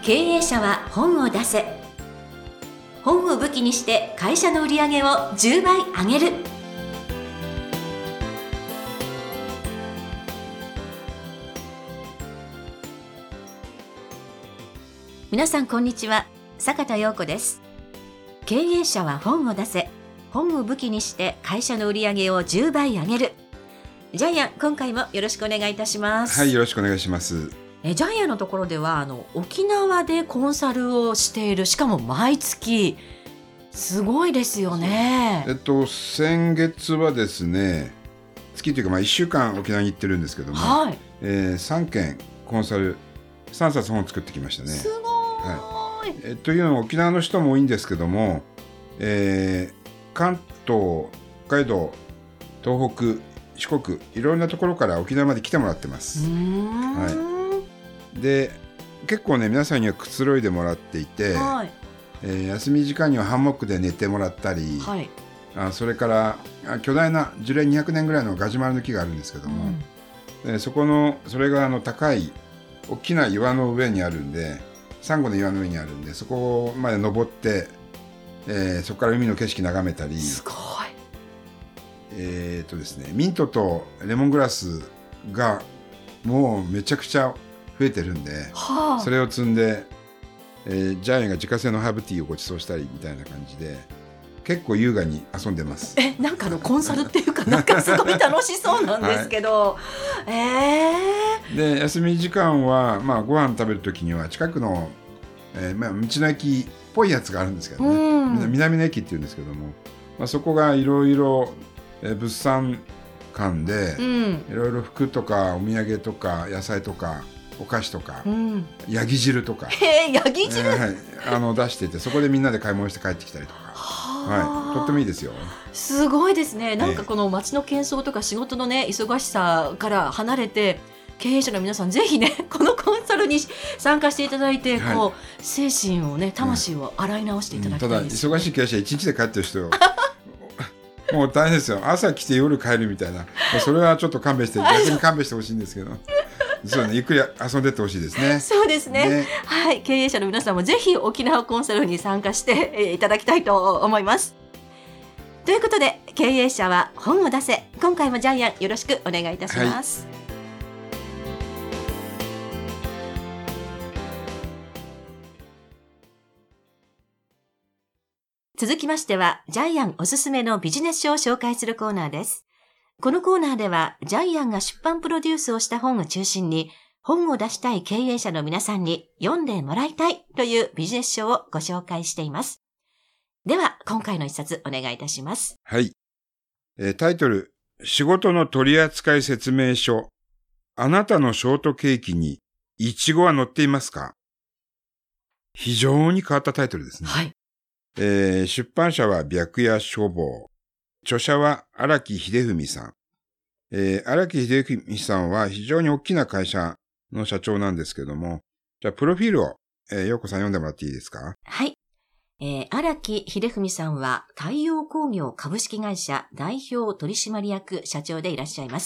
経営者は本を出せ。本を武器にして会社の売り上げを10倍上げる。皆さんこんにちは、坂田陽子です。経営者は本を出せ。本を武器にして会社の売り上げを10倍上げる。ジャイアン、今回もよろしくお願いいたします。 はい、よろしくお願いします。 ジャイアンのところでは沖縄でコンサルをしている、しかも毎月、すごいですよね。 先月はですね、月というか1週間沖縄に行ってるんですけども、 はい、 3件コンサル3冊本を作ってきましたね。 すごい、 はい。というのは沖縄の人も多いんですけども、関東、北海道、東北、四国、いろんなところから沖縄まで来てもらってます。はい。で、結構ね、皆さんにはくつろいでもらっていて、はい、休み時間にはハンモックで寝てもらったり、はい、それから巨大な樹齢200年ぐらいのガジュマルの木があるんですけども、それが高い大きな岩の上にあるんで、サンゴの岩の上にあるんで、そこまで登って、そこから海の景色眺めたり、 すごい。 ですね、ミントとレモングラスがもうめちゃくちゃ増えてるんで、はあ、それを摘んで、ジャイアンが自家製のハーブティーをご馳走したりみたいな感じで、結構優雅に遊んでます。 なんかコンサルっていうか、なんかすごい楽しそうなんですけど、 はい、で休み時間は、ご飯食べるときには近くの、道の駅っぽいやつがあるんですけどね、南の駅っていうんですけども、そこがいろいろ物産館で、いろいろ服とかお土産とか野菜とかお菓子とか、ヤギ汁とか、 ヤギ汁、 出していて、そこでみんなで買い物して帰ってきたりとか、はい、とってもいいですよ。 すごいですね。なんかこの街の喧騒とか仕事のね、忙しさから離れて、経営者の皆さんぜひね、このコンサルに参加していただいて、こう精神をね、魂を洗い直していただきたいです、 ただ忙しい経営者1日で帰ってる人よもう大変ですよ。朝来て夜帰るみたいな、それはちょっと勘弁して逆に勘弁してほしいんですけどそうね、ゆっくり遊んでってほしいですね。 そうですね。はい、経営者の皆さんもぜひ沖縄コンサルに参加して、いただきたいと思います。ということで、経営者は本を出せ。今回もジャイアン、よろしくお願いいたします。はい、続きましては、ジャイアンおすすめのビジネス書を紹介するコーナーです。このコーナーでは、ジャイアンが出版プロデュースをした本を中心に、本を出したい経営者の皆さんに読んでもらいたいというビジネス書をご紹介しています。では、今回の一冊お願いいたします。 はい。タイトル、仕事の取扱説明書。あなたのショートケーキにイチゴは載っていますか？非常に変わったタイトルですね。はい。出版社は白夜書房。著者は荒木秀文さん。荒木秀文さんは非常に大きな会社の社長なんですけども、じゃあプロフィールを、陽子さん読んでもらっていいですか？ はい。荒木秀文さんは太陽工業株式会社代表取締役社長でいらっしゃいます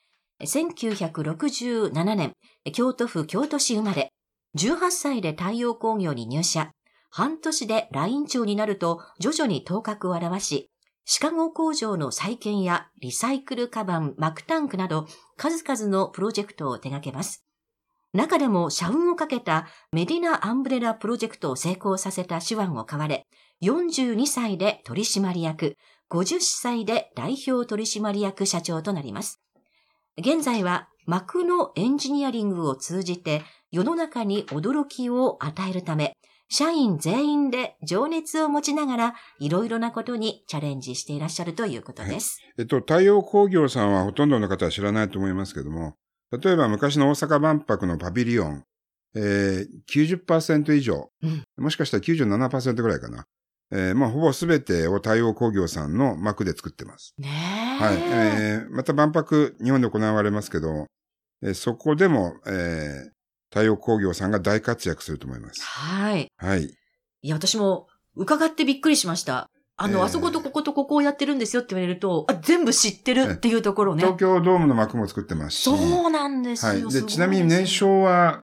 。1967年、京都府京都市生まれ、18歳で太陽工業に入社。半年でライン長になると徐々に頭角を現し、シカゴ工場の再建やリサイクルカバン、膜タンクなど数々のプロジェクトを手掛けます。中でも社運をかけたメディナアンブレラプロジェクトを成功させた手腕を買われ、42歳で取締役、50歳で代表取締役社長となります。現在は膜のエンジニアリングを通じて世の中に驚きを与えるため、社員全員で情熱を持ちながらいろいろなことにチャレンジしていらっしゃるということです。 はい、太陽工業さんはほとんどの方は知らないと思いますけども、例えば昔の大阪万博のパビリオン、90% 以上、もしかしたら 97% ぐらいかな。ほぼすべてを太陽工業さんの膜で作ってます。 ねはい。また万博日本で行われますけど、そこでも、太陽工業さんが大活躍すると思います。 はい。 はい。 いや、私も伺ってびっくりしました。あそことこことここをやってるんですよって言われると、全部知ってるっていうところね。 東京ドームの幕も作ってますし。 そうなんですよ。 はい。で、ちなみに年商は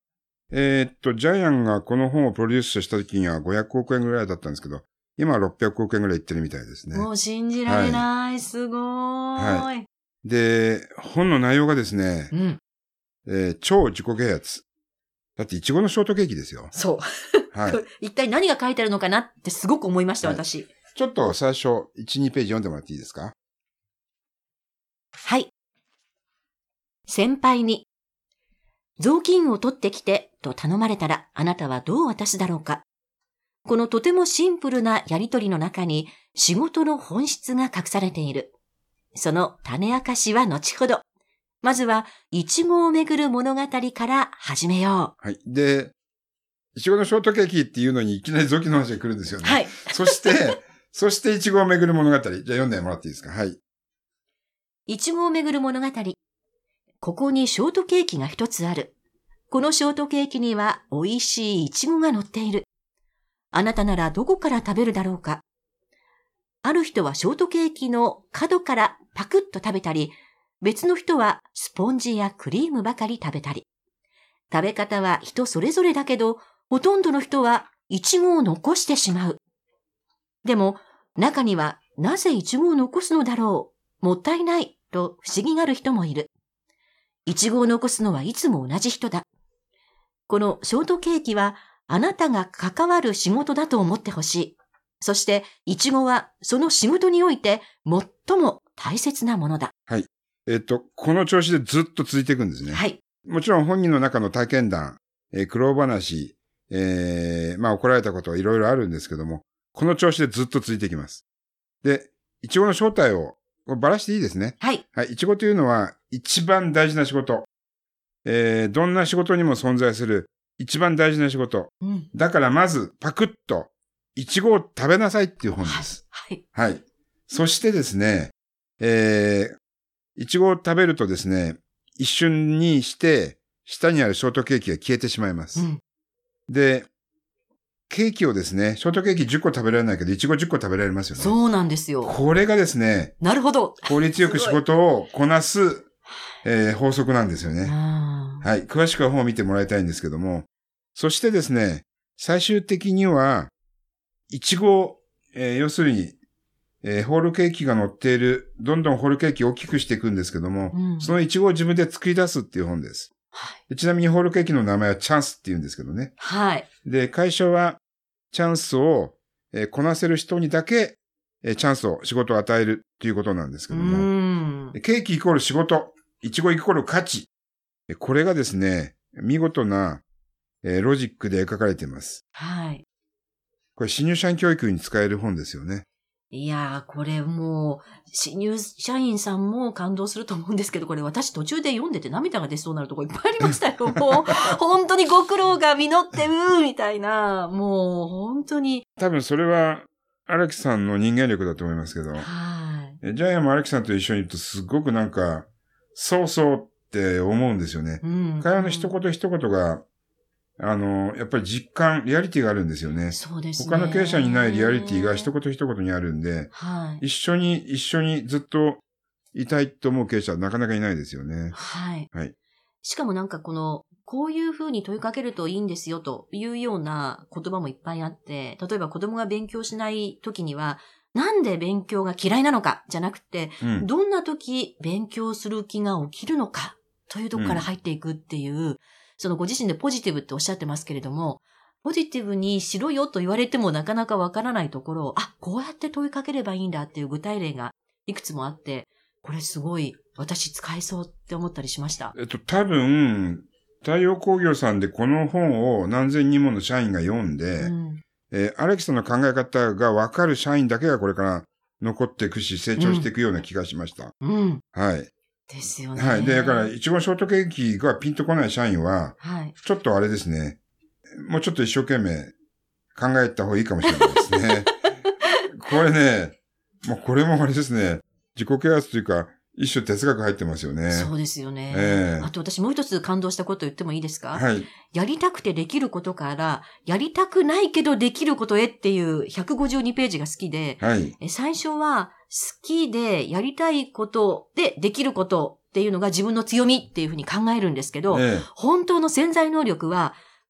ジャイアンがこの本をプロデュースした時には500億円ぐらいだったんですけど、今は600億円ぐらいいってるみたいですね。 もう信じられない。すごーい。はい。 で、本の内容がですね、超自己啓発。だってイチゴのショートケーキですよ。 そう。はい。一体何が書いてあるのかなってすごく思いました、私。 ちょっと最初、1、2ページ読んでもらっていいですか？ はい。先輩に、雑巾を取ってきてと頼まれたらあなたはどう渡すだろうか。このとてもシンプルなやりとりの中に仕事の本質が隠されている。その種明かしは後ほど。まずは、イチゴをめぐる物語から始めよう。はい。で、イチゴのショートケーキっていうのにいきなり雑巾の話が来るんですよね。 はい。 そしてイチゴをめぐる物語。じゃあ読んでもらっていいですか？はい。 イチゴをめぐる物語。ここにショートケーキが一つある。このショートケーキには美味しいイチゴが乗っている。あなたならどこから食べるだろうか。ある人はショートケーキの角からパクッと食べたり、別の人はスポンジやクリームばかり食べたり。食べ方は人それぞれだけど、ほとんどの人はイチゴを残してしまう。でも、中にはなぜイチゴを残すのだろう、もったいないと不思議がある人もいる。イチゴを残すのはいつも同じ人だ。このショートケーキはあなたが関わる仕事だと思ってほしい。そして、イチゴはその仕事において最も大切なものだ。 はい。この調子でずっと続いていくんですね。 はい。 もちろん本人の中の体験談、苦労話、怒られたこといろいろあるんですけども、この調子でずっと続いていきます。で、イチゴの正体をばらしていいですね。 はい。 はい。イチゴというのは一番大事な仕事。どんな仕事にも存在する一番大事な仕事。だからまずパクッとイチゴを食べなさいっていう本です。 はい。 はい。そしてですね、イチゴを食べるとですね、一瞬にして下にあるショートケーキが消えてしまいます。で、ケーキをですね、ショートケーキ10個食べられないけど、イチゴ10個食べられますよね。 そうなんですよ。 これがですね、 なるほど。 効率よく仕事をこなす、法則なんですよね。はい。詳しくは本を見てもらいたいんですけども。そしてですね、最終的には、イチゴ、要するに、ホールケーキが乗っている、どんどんホールケーキを大きくしていくんですけども、そのイチゴを自分で作り出すっていう本です。はい、ちなみにホールケーキの名前はチャンスって言うんですけどね。 はい。 で、会社はチャンスを、こなせる人にだけ、チャンスを、仕事を与えるっていうことなんですけども、ケーキイコール仕事、イチゴイコール価値。これがですね、見事な、ロジックで描かれています。 はい。 これ新入社員教育に使える本ですよね。 いやー、これもう、新入社員さんも感動すると思うんですけど、これ私途中で読んでて涙が出そうになるとこいっぱいありましたよ。もう、本当にご苦労が実ってみたいな、もう、本当に。 多分それは、荒木さんの人間力だと思いますけど。 はい。 ジャイアンも荒木さんと一緒にいるとすごくなんか、そうそうって思うんですよね。会話の一言一言が、やっぱり実感、リアリティがあるんですよね。 そうですね。 他の経営者にないリアリティが一言一言にあるんで、 はい。 一緒にずっといたいと思う経営者はなかなかいないですよね。 はい。 はい。 しかもなんかこういうふうに問いかけるといいんですよというような言葉もいっぱいあって、例えば子供が勉強しない時には、なんで勉強が嫌いなのかじゃなくて、どんな時勉強する気が起きるのかというところから入っていくっていう、そのご自身でポジティブっておっしゃってますけれども、ポジティブにしろよと言われてもなかなかわからないところを、こうやって問いかければいいんだっていう具体例がいくつもあって、これすごい私使えそうって思ったりしました。 多分、太陽工業さんでこの本を何千人もの社員が読んで、荒木さんの考え方がわかる社員だけがこれから残っていくし、成長していくような気がしました。はい。 ですよね。 はい。で、だから、いちごショートケーキがピンとこない社員は、ちょっとあれですね、もうちょっと一生懸命考えた方がいいかもしれないですね。これね、もうこれもあれですね、自己啓発というか、一種哲学入ってますよね。 そうですよね。あと私もう一つ感動したこと言ってもいいですか？ はい。 やりたくてできることから、やりたくないけどできることへっていう152ページが好きで、 はい。 最初は好きでやりたいことでできることっていうのが自分の強みっていうふうに考えるんですけど、本当の潜在能力は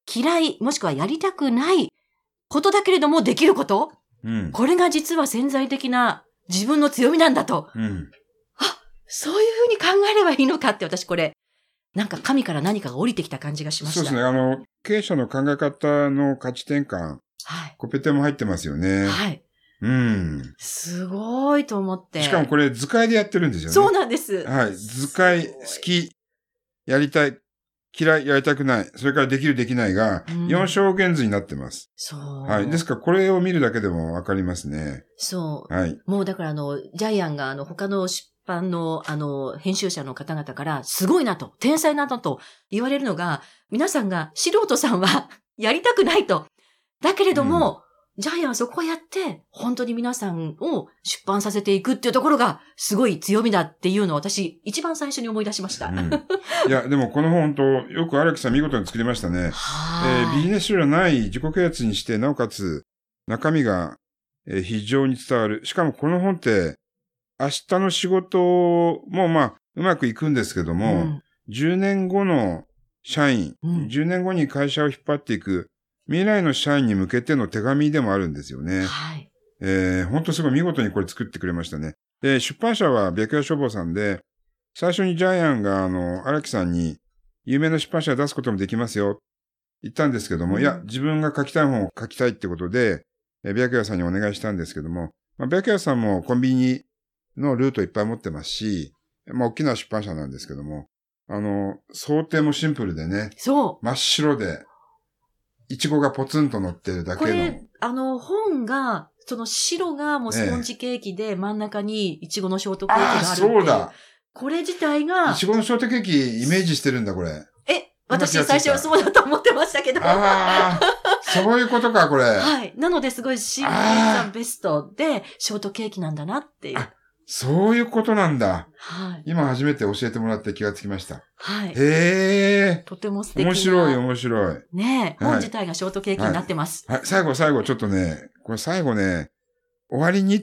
嫌い、もしくはやりたくないことだけれどもできること、これが実は潜在的な自分の強みなんだと。そういうふうに考えればいいのかって、私これ、なんか神から何かが降りてきた感じがしました。 そうですね。経営者の考え方の価値転換。コペテも入ってますよね。 すごいと思って。 しかもこれ図解でやってるんですよね。 そうなんです。 図解、好き、やりたい、嫌い、やりたくない、それからできる、できないが、4象限図になってます。ですからこれを見るだけでもわかりますね。もうだからジャイアンが他の出版の編集者の方々からすごいなと、天才などと言われるのが、皆さんが素人さんはやりたくないと。だけれども、ジャイアンはそこをやって、本当に皆さんを出版させていくっていうところが、すごい強みだっていうのを私、一番最初に思い出しました。いや、でもこの本当、よく荒木さん見事に作りましたね。ビジネス書じゃない自己啓発にして、なおかつ、中身が非常に伝わる。しかもこの本って、明日の仕事もうまくいくんですけども、10年後の社員、10年後に会社を引っ張っていく、未来の社員に向けての手紙でもあるんですよね。本当すごい見事にこれ作ってくれましたね。で、出版社は白夜書房さんで、最初にジャイアンが荒木さんに有名な出版社を出すこともできますよ、言ったんですけども、いや、自分が書きたい本を書きたいってことで、白夜さんにお願いしたんですけども、白夜さんもコンビニのルートいっぱい持ってますし、大きな出版社なんですけども、想定もシンプルでね、真っ白で、イチゴがポツンと乗ってるだけの。これ、 本が、その白がもうスポンジケーキで真ん中にイチゴのショートケーキがあるっていう。そうだ。これ自体が。 イチゴのショートケーキイメージしてるんだ、これ。 私最初はそうだと思ってましたけど。 そういうことか、これ。 なので、すごいシンプルなベストで、ショートケーキなんだなっていう。 そういうことなんだ。今初めて教えてもらって気がつきました。 とても素敵な。 面白い。 ねえ、本自体がショートケーキになってます。 最後、ちょっとね、これ最後ね、終わりにって、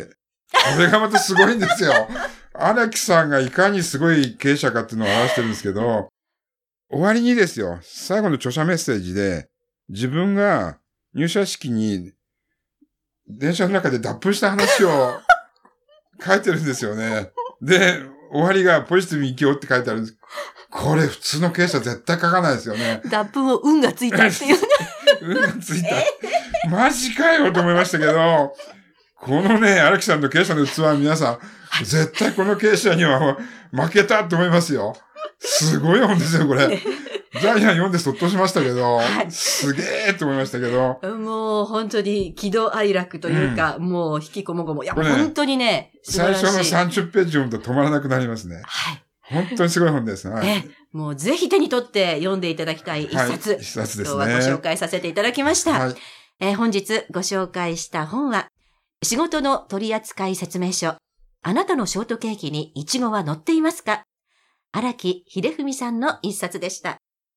これがまたすごいんですよ。荒木さんがいかにすごい経営者かっていうのを表してるんですけど、終わりにですよ、最後の著者メッセージで、自分が入社式に電車の中で脱粉した話を書いてるんですよね。で、終わりがポジティブに生きようって書いてあるんです。これ普通の経営者絶対書かないですよね。 脱粉を運がついたっていうね。 運がついた。マジかよと思いましたけど、このね、荒木さんの経営者の器は皆さん、絶対この経営者には負けたと思いますよ。すごい本ですよ、これ。ジャイアン読んでそっとしましたけど、すげーって思いましたけど。 もう本当に喜怒哀楽というか、もう引きこもごも。いや、本当にね、 最初の30ページ読むと止まらなくなりますね。本当にすごい本です。 もうぜひ手に取って読んでいただきたい一冊。 一冊ですね。 今日はご紹介させていただきました。本日ご紹介した本は、仕事の取扱説明書。あなたのショートケーキにイチゴは乗っていますか？荒木秀文さんの一冊でした。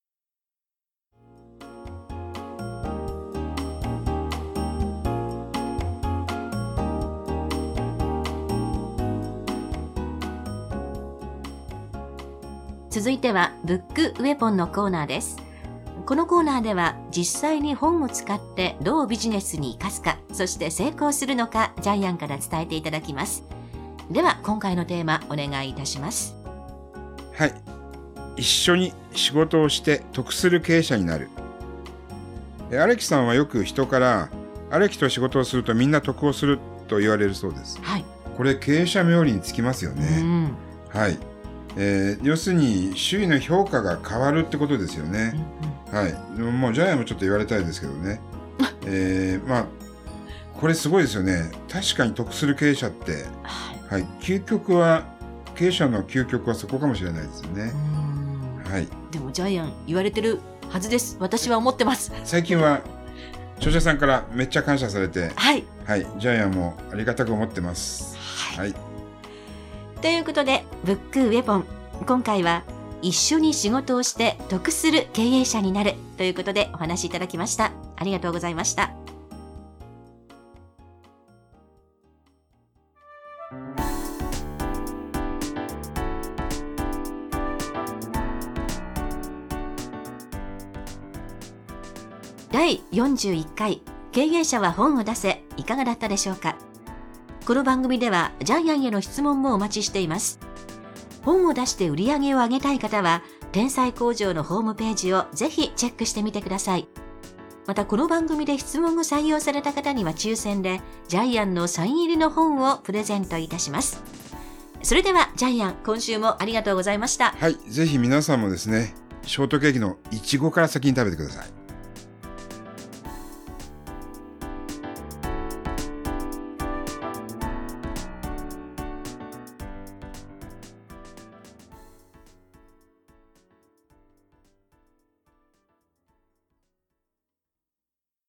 続いてはブックウェポンのコーナーです。このコーナーでは実際に本を使ってどうビジネスに生かすか、そして成功するのかジャイアンから伝えていただきます。では今回のテーマお願いいたします。 はい。一緒に仕事をして得する経営者になる。荒木さんはよく人から荒木と仕事をするとみんな得をすると言われるそうです。これ経営者冥利につきますよね。要するに周囲の評価が変わるってことですよね。もうジャイアンもちょっと言われたいですけどね。これすごいですよね。確かに得する経営者って、究極は経営者の究極はそこかもしれないですよね。 でもジャイアン言われてるはずです。私は思ってます。 最近は著者さんからめっちゃ感謝されて、ジャイアンもありがたく思ってます。 ということでブックウェポン、今回は一緒に仕事をして得する経営者になるということでお話しいただきました。ありがとうございました。 第41回経営者は本を出せ、いかがだったでしょうか。この番組ではジャイアンへの質問もお待ちしています。本を出して売り上げを上げたい方は、天才工場のホームページをぜひチェックしてみてください。またこの番組で質問を採用された方には抽選でジャイアンのサイン入りの本をプレゼントいたします。それではジャイアン、今週もありがとうございました。 はい、ぜひ皆さんもですね、ショートケーキのいちごから先に食べてください。